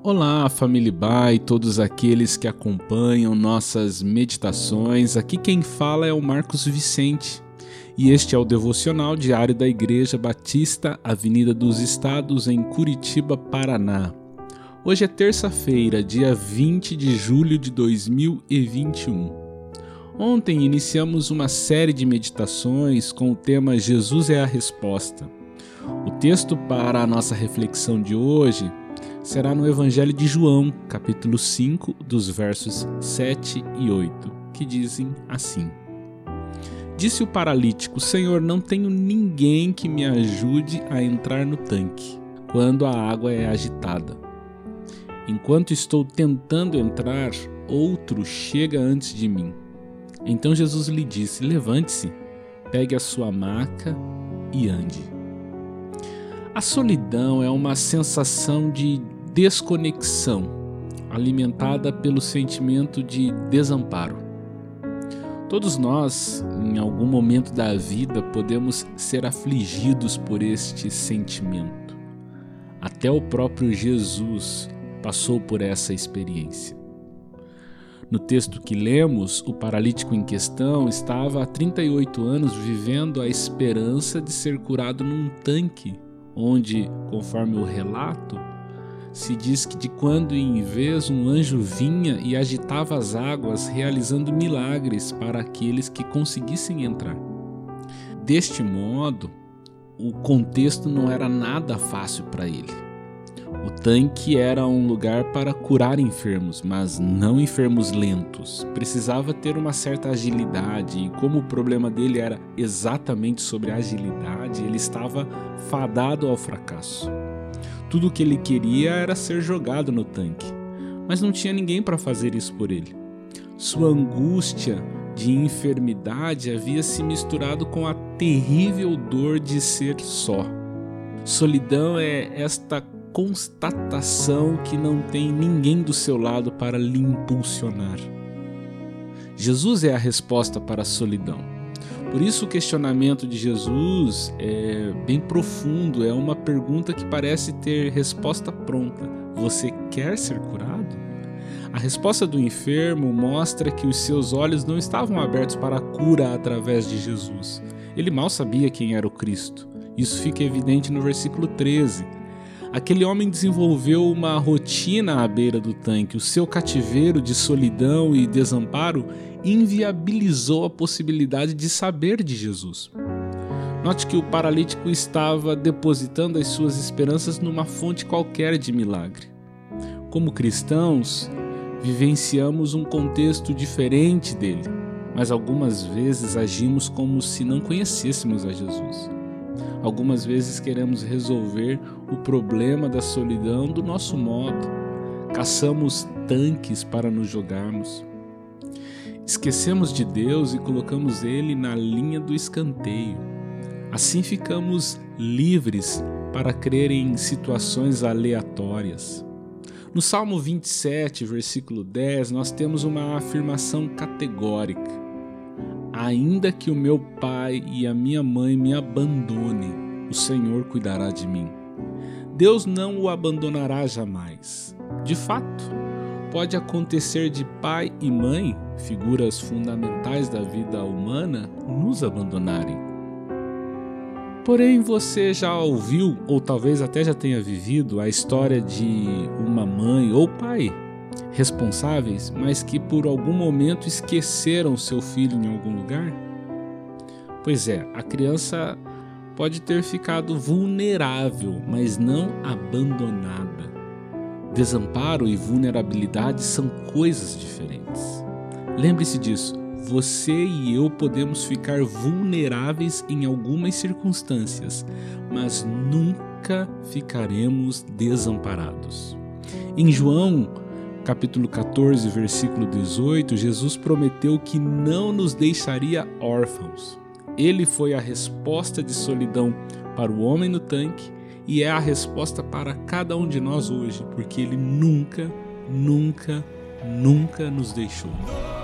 Olá, família Bai, todos aqueles que acompanham nossas meditações. Aqui quem fala é o Marcos Vicente e este é o devocional diário da Igreja Batista, Avenida dos Estados, em Curitiba, Paraná. Hoje é terça-feira, dia 20 de julho de 2021. Ontem iniciamos uma série de meditações com o tema Jesus é a Resposta. O texto para a nossa reflexão de hoje será no Evangelho de João, capítulo 5, dos versos 7 e 8, que dizem assim: Disse o paralítico: Senhor, não tenho ninguém que me ajude a entrar no tanque, quando a água é agitada. Enquanto estou tentando entrar, outro chega antes de mim. Então Jesus lhe disse: Levante-se, pegue a sua maca e ande. A solidão é uma sensação de desconexão, alimentada pelo sentimento de desamparo. Todos nós, em algum momento da vida, podemos ser afligidos por este sentimento. Até o próprio Jesus passou por essa experiência. No texto que lemos, o paralítico em questão estava há 38 anos vivendo a esperança de ser curado num tanque, onde, conforme o relato, se diz que de quando em vez um anjo vinha e agitava as águas, realizando milagres para aqueles que conseguissem entrar. Deste modo, o contexto não era nada fácil para ele. O tanque era um lugar para curar enfermos, mas não enfermos lentos. Precisava ter uma certa agilidade e como o problema dele era exatamente sobre a agilidade, ele estava fadado ao fracasso. Tudo o que ele queria era ser jogado no tanque, mas não tinha ninguém para fazer isso por ele. Sua angústia de enfermidade havia se misturado com a terrível dor de ser só. Solidão é esta constatação que não tem ninguém do seu lado para lhe impulsionar. Jesus é a resposta para a solidão. Por isso o questionamento de Jesus é bem profundo, é uma pergunta que parece ter resposta pronta. Você quer ser curado? A resposta do enfermo mostra que os seus olhos não estavam abertos para a cura através de Jesus. Ele mal sabia quem era o Cristo. Isso fica evidente no versículo 13. Aquele homem desenvolveu uma rotina à beira do tanque. O seu cativeiro de solidão e desamparo inviabilizou a possibilidade de saber de Jesus. Note que o paralítico estava depositando as suas esperanças numa fonte qualquer de milagre. Como cristãos, vivenciamos um contexto diferente dele, mas algumas vezes agimos como se não conhecêssemos a Jesus. Algumas vezes queremos resolver o problema da solidão do nosso modo. Caçamos tanques para nos jogarmos. Esquecemos de Deus e colocamos Ele na linha do escanteio. Assim ficamos livres para crer em situações aleatórias. No Salmo 27, versículo 10, nós temos uma afirmação categórica. Ainda que o meu pai e a minha mãe me abandonem, o Senhor cuidará de mim. Deus não o abandonará jamais. De fato, pode acontecer de pai e mãe, figuras fundamentais da vida humana, nos abandonarem. Porém, você já ouviu, ou talvez até já tenha vivido, a história de uma mãe ou pai responsáveis, mas que por algum momento esqueceram seu filho em algum lugar? Pois é, a criança pode ter ficado vulnerável, mas não abandonada. Desamparo e vulnerabilidade são coisas diferentes. Lembre-se disso, você e eu podemos ficar vulneráveis em algumas circunstâncias, mas nunca ficaremos desamparados. Em João, capítulo 14, versículo 18, Jesus prometeu que não nos deixaria órfãos. Ele foi a resposta de solidão para o homem no tanque e é a resposta para cada um de nós hoje, porque Ele nunca nos deixou.